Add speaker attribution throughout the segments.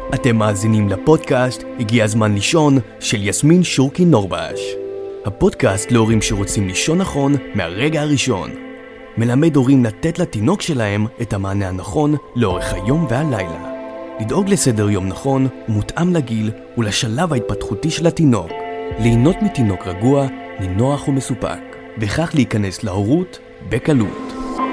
Speaker 1: אתם מאזינים לפודקאסט הגיע הזמן לישון של יסמין שורקי נורבש. הפודקאסט להורים שרוצים לישון נכון מהרגע הראשון. מלמד הורים לתת לתינוק שלהם את המענה הנכון לאורך היום והלילה. לדאוג לסדר יום נכון ומותאם לגיל ולשלב ההתפתחותי של התינוק. ליהנות מתינוק רגוע, נינוח ומסופק, וכך להיכנס להורות בקלות.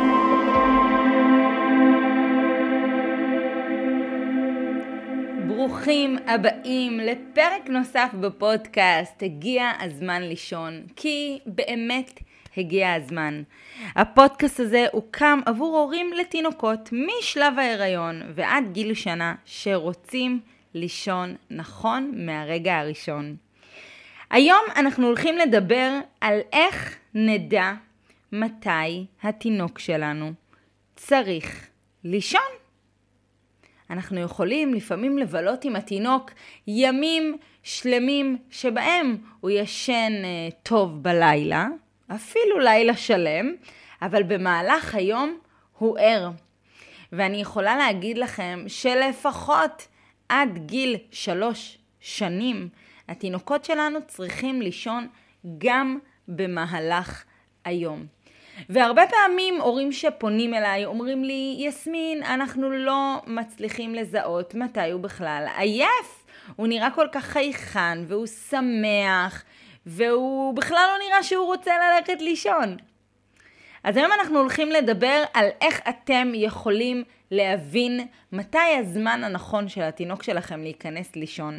Speaker 2: ברוכים הבאים לפרק נוסף בפודקאסט הגיע הזמן לישון, כי באמת הגיע הזמן. הפודקאסט הזה הוקם עבור הורים לתינוקות משלב ההיריון ועד גיל שנה שרוצים לישון נכון מהרגע הראשון. היום אנחנו הולכים לדבר על איך נדע מתי התינוק שלנו צריך לישון. אנחנו יכולים לפעמים לבלות עם התינוק ימים שלמים שבהם הוא ישן טוב בלילה, אפילו לילה שלם, אבל במהלך היום הוא ער. ואני יכולה להגיד לכם שלפחות עד גיל 3 שנים, התינוקות שלנו צריכים לישון גם במהלך היום. והרבה פעמים הורים שפונים אליי אומרים לי, יסמין, אנחנו לא מצליחים לזהות מתי הוא בכלל עייף. הוא נראה כל כך חייכן והוא שמח והוא בכלל לא נראה שהוא רוצה ללכת לישון. אז היום אנחנו הולכים לדבר על איך אתם יכולים להבין מתי הזמן הנכון של התינוק שלכם להיכנס לישון.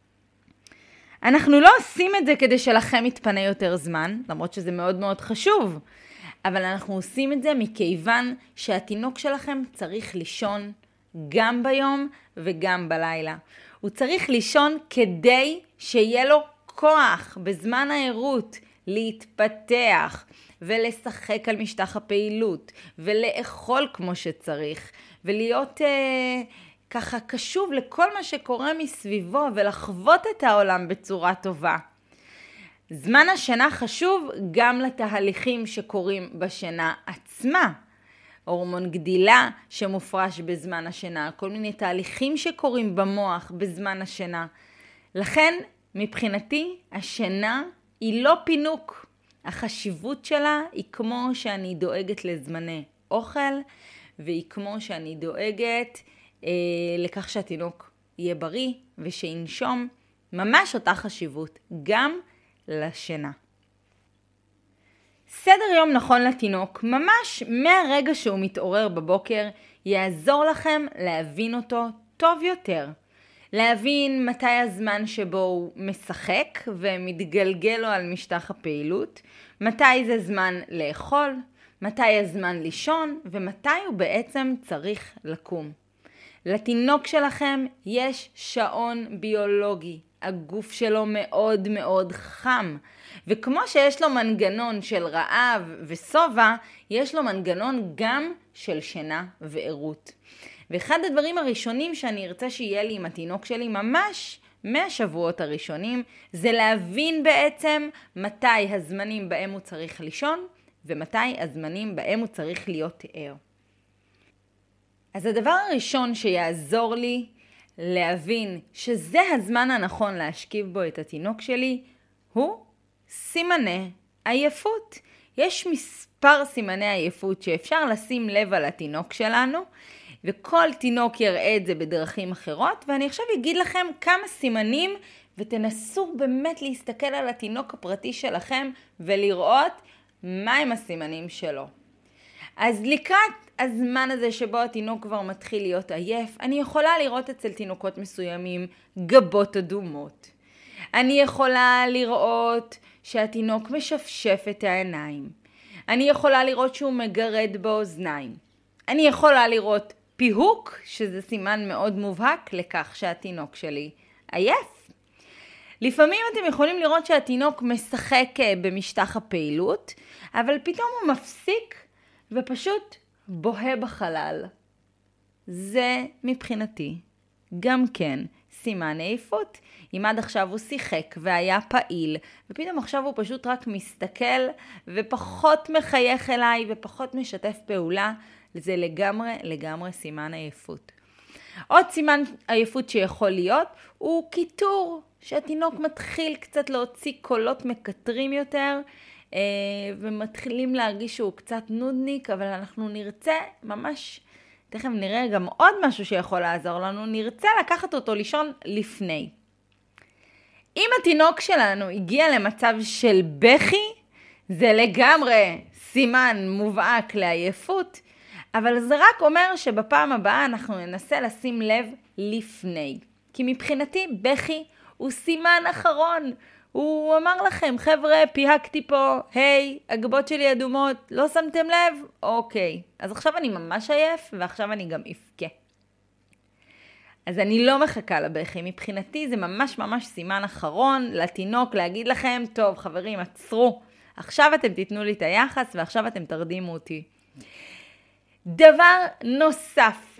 Speaker 2: אנחנו לא עושים את זה כדי שלכם יתפנה יותר זמן, למרות שזה מאוד מאוד חשוב. אבל אנחנו עושים את זה מכיוון שהתינוק שלכם צריך לישון גם ביום וגם בלילה. הוא צריך לישון כדי שיהיה לו כוח בזמן הערות להתפתח ולשחק על משטח הפעילות ולאכול כמו שצריך ולהיות ככה קשוב לכל מה שקורה מסביבו ולחוות את העולם בצורה טובה. זמן השינה חשוב גם לתהליכים שקורים בשינה עצמה. הורמון גדילה שמופרש בזמן השינה, כל מיני תהליכים שקורים במוח בזמן השינה. לכן, מבחינתי, השינה היא לא פינוק. החשיבות שלה היא כמו שאני דואגת לזמני אוכל, והיא כמו שאני דואגת לכך שהתינוק יהיה בריא ושינשום. ממש אותה חשיבות, גם לשינה. סדר יום נכון לתינוק, ממש מהרגע שהוא מתעורר בבוקר, יעזור לכם להבין אותו טוב יותר. להבין מתי הזמן שבו הוא משחק ומתגלגל לו על משטח הפעילות, מתי זה זמן לאכול, מתי הזמן לישון ומתי הוא בעצם צריך לקום. לתינוק שלכם יש שעון ביולוגי. הגוף שלו מאוד מאוד חם. וכמו שיש לו מנגנון של רעב וסובה, יש לו מנגנון גם של שינה וערות. ואחד הדברים הראשונים שאני ארצה שיהיה לי עם התינוק שלי ממש מהשבועות הראשונים, זה להבין בעצם מתי הזמנים בהם הוא צריך לישון, ומתי הזמנים בהם הוא צריך להיות ער. אז הדבר הראשון שיעזור לי להבין שזה הזמן הנכון להשכיב בו את התינוק שלי, הוא סימני עייפות. יש מספר סימני עייפות שאפשר לשים לב על התינוק שלנו, וכל תינוק יראה את זה בדרכים אחרות, ואני עכשיו אגיד לכם כמה סימנים, ותנסו באמת להסתכל על התינוק הפרטי שלכם, ולראות מהם הסימנים שלו. אז לקראת הזמן הזה שבו התינוק כבר מתחיל להיות עייף, אני יכולה לראות אצל תינוקות מסוימים גבות אדומות. אני יכולה לראות שהתינוק משפשף את העיניים. אני יכולה לראות שהוא מגרד באוזניים. אני יכולה לראות פיהוק, שזה סימן מאוד מובהק לכך שהתינוק שלי עייף. לפעמים אתם יכולים לראות שהתינוק משחק במשטח הפעילות, אבל פתאום הוא מפסיק ופשוט בוהה בחלל. זה מבחינתי גם כן סימן עייפות. אם עד עכשיו הוא שיחק והיה פעיל, ופתאום עכשיו הוא פשוט רק מסתכל ופחות מחייך אליי ופחות משתף פעולה, זה לגמרי סימן עייפות. עוד סימן עייפות שיכול להיות הוא קיטור, שהתינוק מתחיל קצת להוציא קולות מקטרים יותר, ומתחילים להרגיש שהוא קצת נודניק, אבל אנחנו נרצה ממש, תכף נראה גם עוד משהו שיכול לעזור לנו, נרצה לקחת אותו לישון לפני. אם התינוק שלנו הגיע למצב של בכי, זה לגמרי סימן מובהק לעייפות, אבל זה רק אומר שבפעם הבאה אנחנו ננסה לשים לב לפני. כי מבחינתי בכי הוא סימן אחרון. הוא אמר לכם, חבר'ה, פיהקתי פה, היי, הגבות שלי אדומות, לא שמתם לב? אוקיי. אז עכשיו אני ממש עייף, ועכשיו אני גם אפקה. אז אני לא מחכה לבכי. מבחינתי זה ממש ממש סימן אחרון לתינוק להגיד לכם, טוב חברים, עצרו. עכשיו אתם תיתנו לי את היחס, ועכשיו אתם תרדימו אותי. דבר נוסף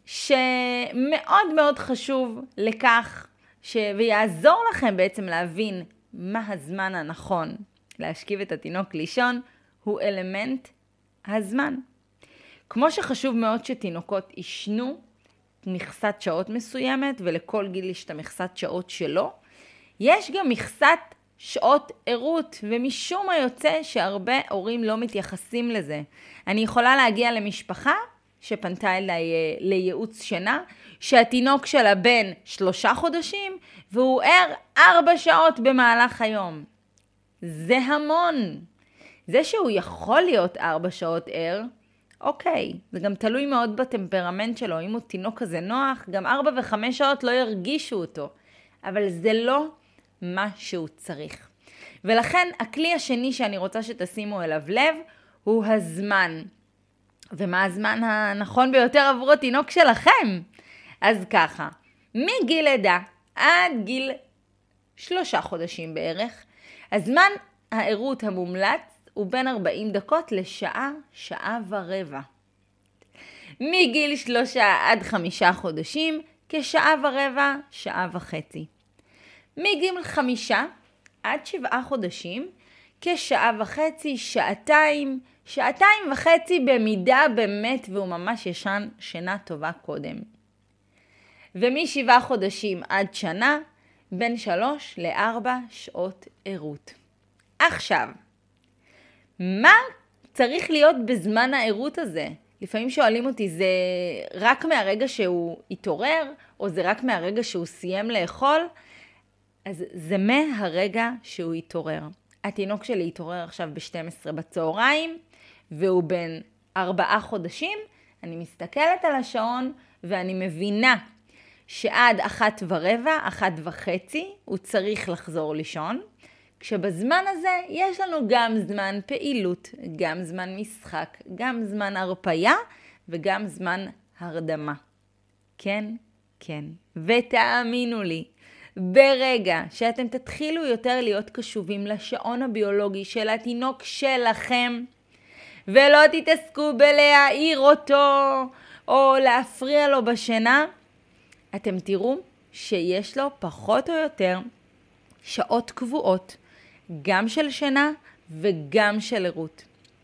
Speaker 2: שמאוד מאוד חשוב לכך, ויעזור לכם בעצם להבין מה הזמן הנכון להשכיב את התינוק לישון, הוא אלמנט הזמן. כמו שחשוב מאוד שתינוקות ישנו מכסת שעות מסוימת, ולכל גיל יש את המכסת שעות שלו, יש גם מכסת שעות ערות, ומשום מה יוצא שהרבה הורים לא מתייחסים לזה. אני יכולה להגיע למשפחה שפנתה אליי לייעוץ שינה, שהתינוק שלה בן 3 חודשים, והוא ער 4 שעות במהלך היום. זה המון. זה שהוא יכול להיות 4 שעות ער, אוקיי, זה גם תלוי מאוד בטמפרמנט שלו. אם הוא תינוק כזה נוח, גם 4 ו5 שעות לא ירגישו אותו. אבל זה לא מה שהוא צריך. ולכן הכלי השני שאני רוצה שתשימו אליו לב, הוא הזמן. ומה הזמן הנכון ביותר עבור התינוק שלכם? אז ככה, מגיל לידה עד גיל 3 חודשים בערך, הזמן הערות המומלץ הוא בין 40 דקות לשעה, שעה ורבע. מגיל 3 עד 5 חודשים, כשעה ורבע, שעה וחצי. מגיל 5 עד 7 חודשים, כשעה וחצי, שעתיים, 2.5 במידה באמת, והוא ממש ישן שינה טובה קודם. ומ7 חודשים עד שנה, בין 3 ל4 שעות ערות. עכשיו, מה צריך להיות בזמן הערות הזה? לפעמים שואלים אותי, זה רק מהרגע שהוא התעורר, או זה רק מהרגע שהוא סיים לאכול? אז זה מהרגע שהוא התעורר. התינוק שלי התעורר עכשיו ב-12 בצהריים, והוא בן 4 חודשים. אני מסתכלת על השעון, ואני מבינה שעד 1:15, 1:30, הוא צריך לחזור לישון. כשבזמן הזה יש לנו גם זמן פעילות, גם זמן משחק, גם זמן הרפיה וגם זמן הרדמה. כן, כן. ותאמינו לי, ברגע שאתם תתחילו יותר להיות קשובים לשעון הביולוגי של התינוק שלכם, ולא תתעסקו בלהעיר אותו או להפריע לו בשינה, אתם תראו שיש לו פחות או יותר שעות קבועות, גם של שינה וגם של ערות.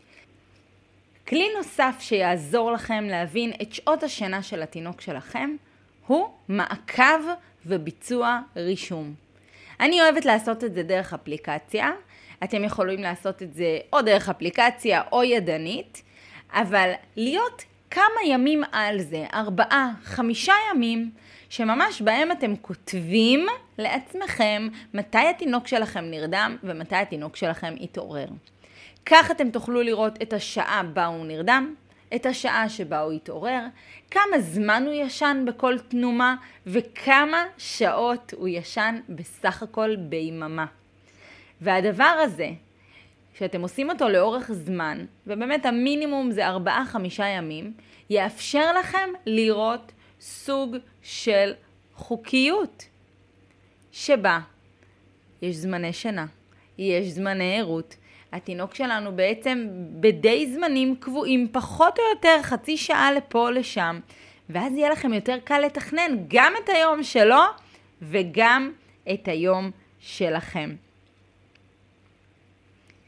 Speaker 2: כלי נוסף שיעזור לכם להבין את שעות השינה של התינוק שלכם, הוא מעקב וביצוע רישום. אני אוהבת לעשות את זה דרך אפליקציה. אתם יכולים לעשות את זה או דרך אפליקציה או ידנית, אבל להיות כמה ימים על זה, 4-5 ימים, שממש בהם אתם כותבים לעצמכם מתי התינוק שלכם נרדם ומתי התינוק שלכם יתעורר. כך אתם תוכלו לראות את השעה בה הוא נרדם, את השעה שבה הוא יתעורר, כמה זמן הוא ישן בכל תנומה וכמה שעות הוא ישן בסך הכל ביממה. והדבר הזה, שאתם עושים אותו לאורך זמן, ובאמת המינימום זה 4-5 ימים, יאפשר לכם לראות סוג של חוקיות, שבה יש זמני שינה, יש זמני ערות. התינוק שלנו בעצם בדי זמנים קבועים, פחות או יותר חצי שעה לפה או לשם, ואז יהיה לכם יותר קל לתכנן גם את היום שלו וגם את היום שלכם.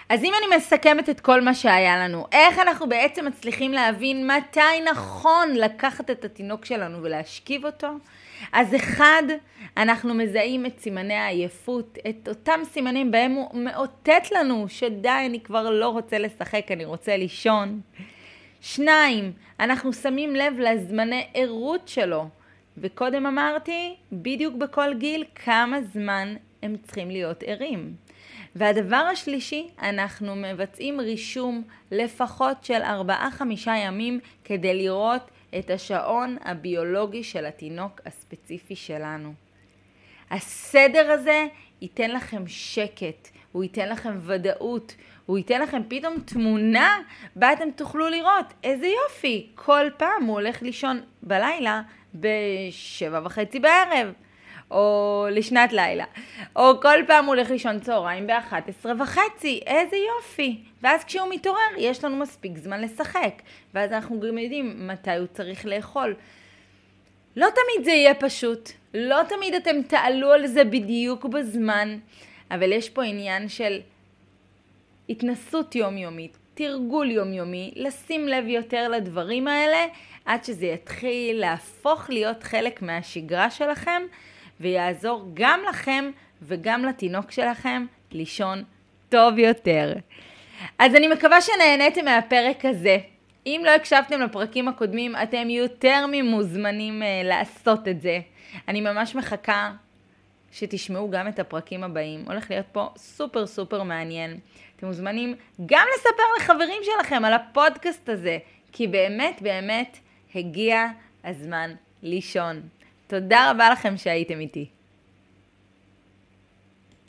Speaker 2: אז אם אני מסכמת את כל מה שהיה לנו, איך אנחנו בעצם מצליחים להבין מתי נכון לקחת את התינוק שלנו ולהשכיב אותו? אז אחד, אנחנו מזהים את סימני העייפות, את אותם סימנים בהם הוא מאותת לנו שדי, אני כבר לא רוצה לשחק, אני רוצה לישון. 2, אנחנו שמים לב לזמני ערות שלו, וקודם אמרתי, בדיוק בכל גיל, כמה זמן הם צריכים להיות ערים. והדבר השלישי, אנחנו מבצעים רישום לפחות של 4-5 ימים כדי לראות את השעון הביולוגי של התינוק הספציפי שלנו. הסדר הזה ייתן לכם שקט, הוא ייתן לכם ודאות, הוא ייתן לכם פתאום תמונה בה אתם תוכלו לראות איזה יופי, כל פעם הוא הולך לישון בלילה ב7:30 בערב. או לשנת לילה, או כל פעם הוא הולך לישון צהריים ב11:30, איזה יופי. ואז כשהוא מתעורר יש לנו מספיק זמן לשחק, ואז אנחנו גם יודעים מתי הוא צריך לאכול. לא תמיד זה יהיה פשוט, לא תמיד אתם תעלו על זה בדיוק בזמן, אבל יש פה עניין של התנסות יומיומית, תרגול יומיומי, לשים לב יותר לדברים האלה, עד שזה יתחיל להפוך להיות חלק מהשגרה שלכם, ויעזור גם לכם וגם לתינוק שלכם לישון טוב יותר. אז אני מקווה שנהניתם מהפרק הזה. אם לא הקשבתם לפרקים הקודמים, אתם יותר ממוזמנים לעשות את זה. אני ממש מחכה שתשמעו גם את הפרקים הבאים. הולך להיות פה סופר סופר מעניין. אתם מוזמנים גם לספר לחברים שלכם על הפודקאסט הזה, כי באמת באמת הגיע הזמן לישון. תודה רבה לכם שהייתם איתי.